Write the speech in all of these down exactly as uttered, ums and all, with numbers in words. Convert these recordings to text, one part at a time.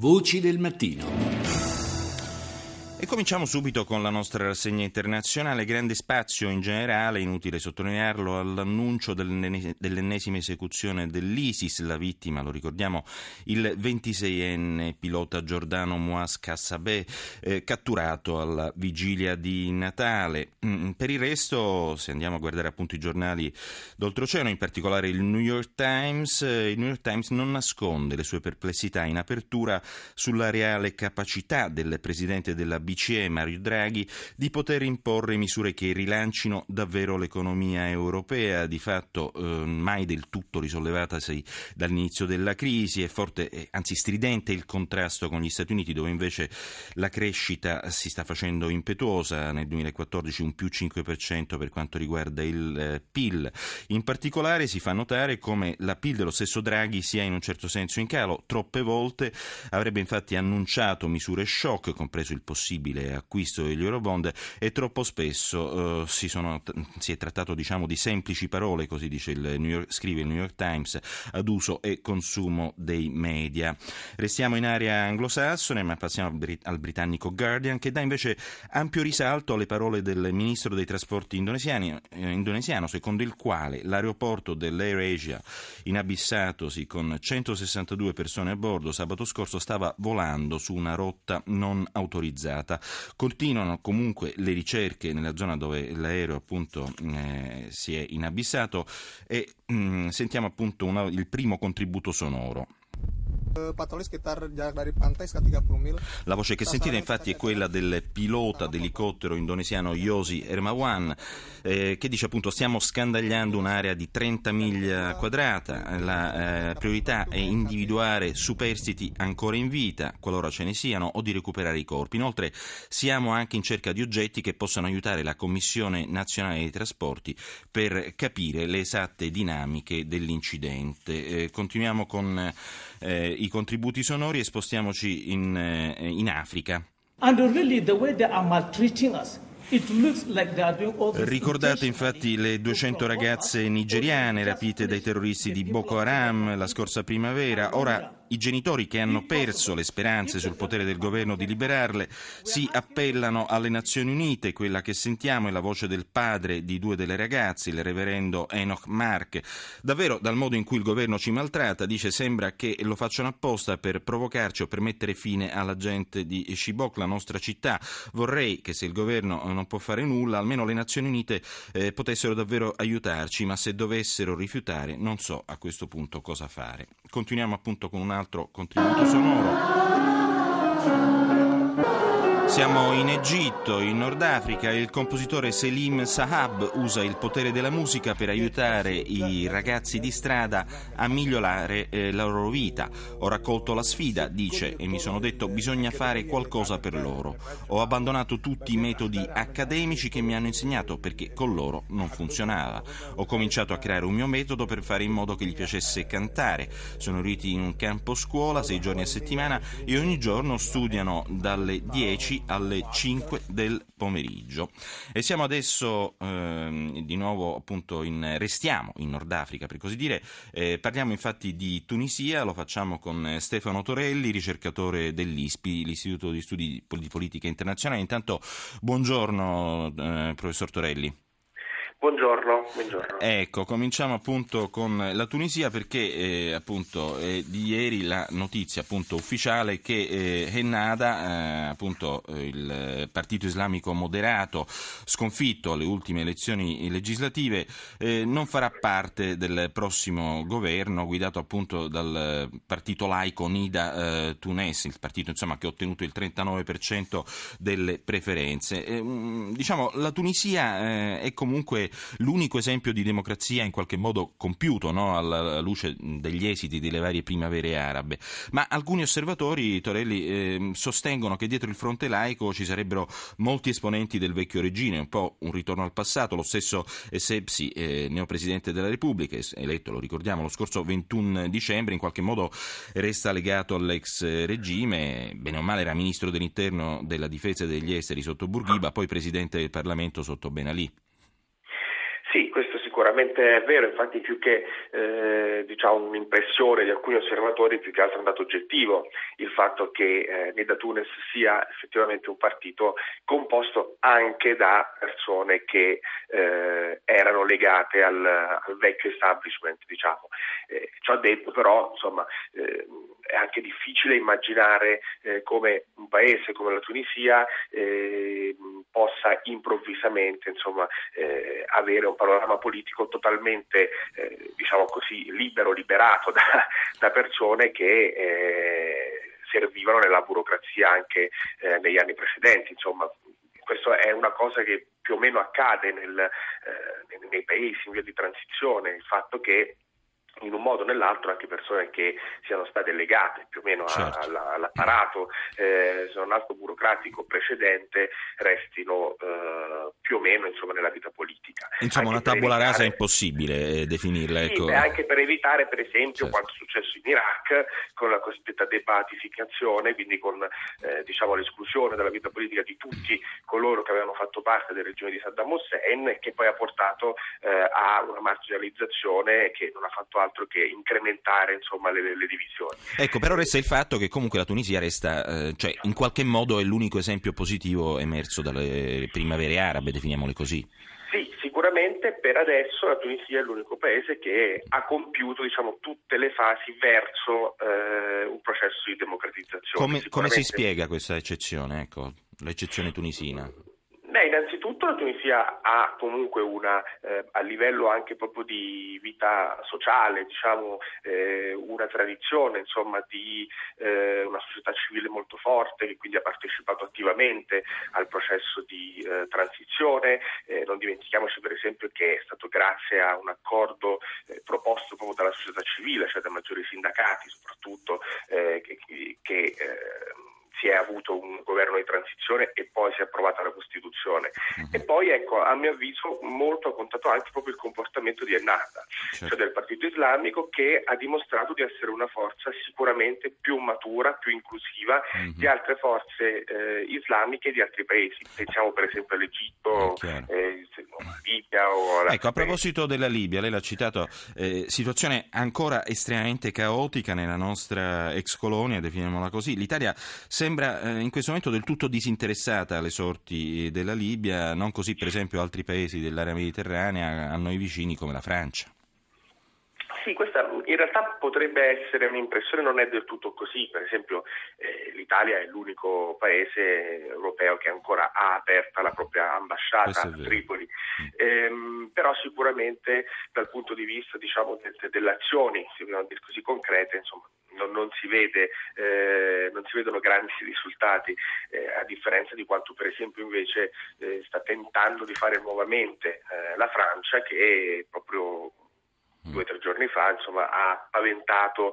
Voci del mattino. E cominciamo subito con la nostra rassegna internazionale. Grande spazio in generale, inutile sottolinearlo, all'annuncio dell'ennesima esecuzione dell'ISIS. La vittima, lo ricordiamo, il ventiseienne pilota Giordano Muaz Kassabeh, eh, catturato alla vigilia di Natale. Per il resto, se andiamo a guardare appunto i giornali d'oltreoceano, in particolare il New York Times, eh, il New York Times non nasconde le sue perplessità in apertura sulla reale capacità del presidente della B C E, Mario Draghi, di poter imporre misure che rilancino davvero l'economia europea, di fatto eh, mai del tutto risollevatasi dall'inizio della crisi. È forte, eh, anzi stridente, il contrasto con gli Stati Uniti, dove invece la crescita si sta facendo impetuosa. Nel duemilaquattordici un più cinque per cento per quanto riguarda il eh, P I L. In particolare si fa notare come la P I L dello stesso Draghi sia in un certo senso in calo. Troppe volte avrebbe infatti annunciato misure shock, compreso il possibile acquisto degli Eurobond, e troppo spesso uh, si, sono, si è trattato diciamo di semplici parole, così dice il New York, scrive il New York Times, ad uso e consumo dei media. Restiamo in area anglosassone, ma passiamo al, brit- al britannico Guardian, che dà invece ampio risalto alle parole del ministro dei trasporti indonesiani, eh, indonesiano, secondo il quale l'aeroporto dell'AirAsia, inabissatosi con centosessantadue persone a bordo, sabato scorso stava volando su una rotta non autorizzata. Continuano comunque le ricerche nella zona dove l'aereo appunto eh, si è inabissato e mh, sentiamo appunto una, il primo contributo sonoro. La voce che sentite infatti è quella del pilota d'elicottero indonesiano Yosi Hermawan, eh, che dice appunto: stiamo scandagliando un'area di trenta miglia quadrata, la eh, priorità è individuare superstiti ancora in vita, qualora ce ne siano, o di recuperare i corpi. Inoltre siamo anche in cerca di oggetti che possano aiutare la Commissione Nazionale dei Trasporti per capire le esatte dinamiche dell'incidente. Eh, continuiamo con eh, i contributi sonori e spostiamoci in, eh, in Africa. And really the way they are maltreating us. Ricordate infatti le duecento ragazze nigeriane rapite dai terroristi di Boko Haram la scorsa primavera. Ora i genitori, che hanno perso le speranze sul potere del governo di liberarle, si appellano alle Nazioni Unite. Quella che sentiamo è la voce del padre di due delle ragazze, il reverendo Enoch Mark. Davvero, dal modo in cui il governo ci maltratta, dice, sembra che lo facciano apposta per provocarci o per mettere fine alla gente di Chibok, la nostra città. Vorrei che, se il governo non può fare nulla, almeno le Nazioni Unite eh, potessero davvero aiutarci, ma se dovessero rifiutare non so a questo punto cosa fare. Continuiamo appunto con un altro contributo sonoro. Siamo in Egitto, in Nord Africa. Il compositore Selim Sahab usa il potere della musica per aiutare i ragazzi di strada a migliorare eh, la loro vita. Ho raccolto la sfida, dice, e mi sono detto: bisogna fare qualcosa per loro. Ho abbandonato tutti i metodi accademici che mi hanno insegnato, perché con loro non funzionava. Ho cominciato a creare un mio metodo per fare in modo che gli piacesse cantare. Sono riuniti in un campo scuola sei giorni a settimana e ogni giorno studiano dalle dieci alle cinque del pomeriggio. E siamo adesso eh, di nuovo appunto in restiamo in Nord Africa, per così dire. Eh, parliamo infatti di Tunisia, lo facciamo con Stefano Torelli, ricercatore dell'I S P I, l'Istituto di Studi di Politica Internazionale. Intanto buongiorno eh, professor Torelli. Buongiorno, buongiorno. Ecco, cominciamo appunto con la Tunisia, perché eh, appunto è di ieri la notizia appunto ufficiale che eh, Ennahda, eh, appunto eh, il partito islamico moderato sconfitto alle ultime elezioni legislative, eh, non farà parte del prossimo governo guidato appunto dal partito laico Nida eh, Tounes, il partito insomma che ha ottenuto il trentanove per cento delle preferenze. Eh, diciamo la Tunisia eh, è comunque l'unico esempio di democrazia in qualche modo compiuto, no? Alla luce degli esiti delle varie primavere arabe, ma alcuni osservatori, Torelli, eh, sostengono che dietro il fronte laico ci sarebbero molti esponenti del vecchio regime, un po' un ritorno al passato. Lo stesso Essebsi, eh, neopresidente della Repubblica, eletto, lo ricordiamo, lo scorso ventuno dicembre, in qualche modo resta legato all'ex regime. Bene o male era ministro dell'interno, della difesa e degli esteri sotto Bourguiba, poi presidente del Parlamento sotto Ben Ali. Sì, questo sicuramente è vero, infatti più che eh, diciamo un'impressione di alcuni osservatori, più che altro è un dato oggettivo il fatto che eh, Neda Tounes sia effettivamente un partito composto anche da persone che eh, erano legate al, al vecchio establishment, diciamo. Eh, ciò detto però, insomma, eh, è anche difficile immaginare eh, come un paese come la Tunisia eh, possa improvvisamente, insomma, eh, avere un panorama politico totalmente, eh, diciamo così, libero, liberato da, da persone che eh, servivano nella burocrazia anche eh, negli anni precedenti, insomma. Questo è una cosa che più o meno accade nel, eh, nei paesi in via di transizione, il fatto che in un modo o nell'altro anche persone che siano state legate più o meno certo. a, all'apparato eh, se non altro burocratico precedente restino eh, più o meno, insomma, nella vita politica. Insomma, anche una tabula evitare... rasa è impossibile eh, definirla. Sì, ecco. beh, anche per evitare per esempio certo. quanto è successo in Iraq con la cosiddetta depacificazione, quindi con eh, diciamo l'esclusione dalla vita politica di tutti coloro che avevano fatto parte del regime di Saddam Hussein, che poi ha portato eh, a una marginalizzazione che non ha fatto altro che incrementare, insomma, le, le divisioni. Ecco, però resta il fatto che comunque la Tunisia resta, eh, cioè in qualche modo è l'unico esempio positivo emerso dalle primavere arabe, definiamole così. Sì, sicuramente per adesso la Tunisia è l'unico paese che ha compiuto, diciamo, tutte le fasi verso eh, un processo di democratizzazione. Come, come si spiega questa eccezione, ecco, l'eccezione tunisina? Beh, innanzitutto la Tunisia ha comunque una, eh, a livello anche proprio di vita sociale, diciamo, eh, una tradizione, insomma, di eh, una società civile molto forte che quindi ha partecipato attivamente al processo di eh, transizione. Eh, non dimentichiamoci per esempio che è stato grazie a un accordo eh, proposto proprio dalla società civile, cioè da maggiori sindacati soprattutto, eh, che, che eh, si è avuto un governo di transizione e poi si è approvata la Costituzione. Uh-huh. E poi, ecco, a mio avviso molto ha contato anche proprio il comportamento di Ennahda, certo. cioè del Partito Islamico, che ha dimostrato di essere una forza sicuramente più matura, più inclusiva uh-huh. di altre forze eh, islamiche di altri paesi. Pensiamo per esempio all'Egitto, eh, alla Libia o alla... Ecco, a proposito della Libia, lei l'ha citato, eh, situazione ancora estremamente caotica nella nostra ex colonia, definiamola così. L'Italia sembra in questo momento del tutto disinteressata alle sorti della Libia, non così per esempio altri paesi dell'area mediterranea a noi vicini come la Francia. Sì, questa in realtà potrebbe essere un'impressione, non è del tutto così. Per esempio eh, l'Italia è l'unico paese europeo che ancora ha aperta la propria ambasciata a Tripoli, mm. ehm, però sicuramente dal punto di vista, diciamo, de- de- delle azioni, se vogliamo dire così, concrete, insomma, non, non si vede, eh, non si vedono grandi risultati, eh, a differenza di quanto per esempio invece eh, sta tentando di fare nuovamente eh, la Francia, che proprio due o tre giorni fa, insomma, ha paventato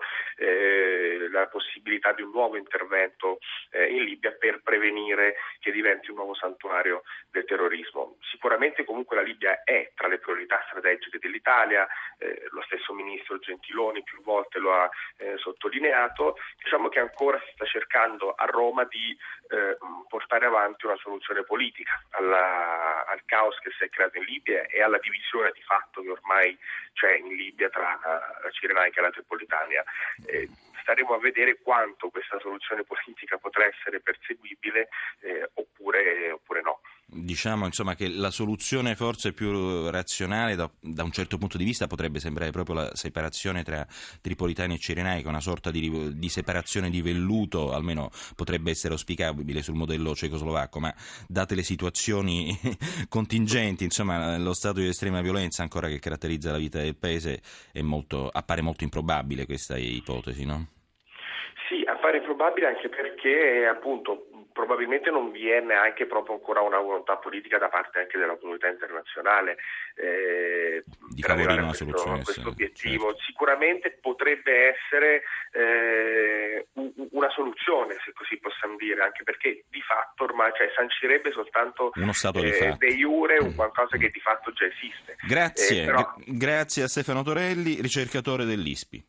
eh, la possibilità di un nuovo intervento eh, in Libia per prevenire che diventi un nuovo santuario del terrorismo. Sicuramente comunque la Libia è tra le priorità strategiche dell'Italia, eh, lo stesso ministro Gentiloni più volte lo ha eh, sottolineato. Diciamo che ancora si sta cercando a Roma di eh, portare avanti una soluzione politica alla, al caos che si è creato in Libia e alla divisione di fatto che ormai c'è in Libia tra la Cirenaica e la Tripolitania. Eh, staremo a vedere quanto questa soluzione politica potrà essere perseguibile eh, oppure, oppure no. Diciamo insomma che la soluzione forse più razionale da, da un certo punto di vista potrebbe sembrare proprio la separazione tra Tripolitania e Cirenaica, una sorta di, di separazione di velluto, almeno potrebbe essere auspicabile sul modello cecoslovacco, ma date le situazioni contingenti, insomma lo stato di estrema violenza ancora che caratterizza la vita del paese è molto, appare molto improbabile questa ipotesi, no? Sì, appare improbabile anche perché appunto probabilmente non vi è neanche proprio ancora una volontà politica da parte anche della comunità internazionale eh, di per favorire arrivare una a questo, soluzione. a questo Sì, obiettivo. certo. Sicuramente potrebbe essere eh, una soluzione, se così possiamo dire, anche perché di fatto ormai cioè, sancirebbe soltanto uno stato eh, di fatto. de iure un qualcosa che di fatto già esiste. Grazie, Eh, però... G- grazie a Stefano Torelli, ricercatore dell'I S P I.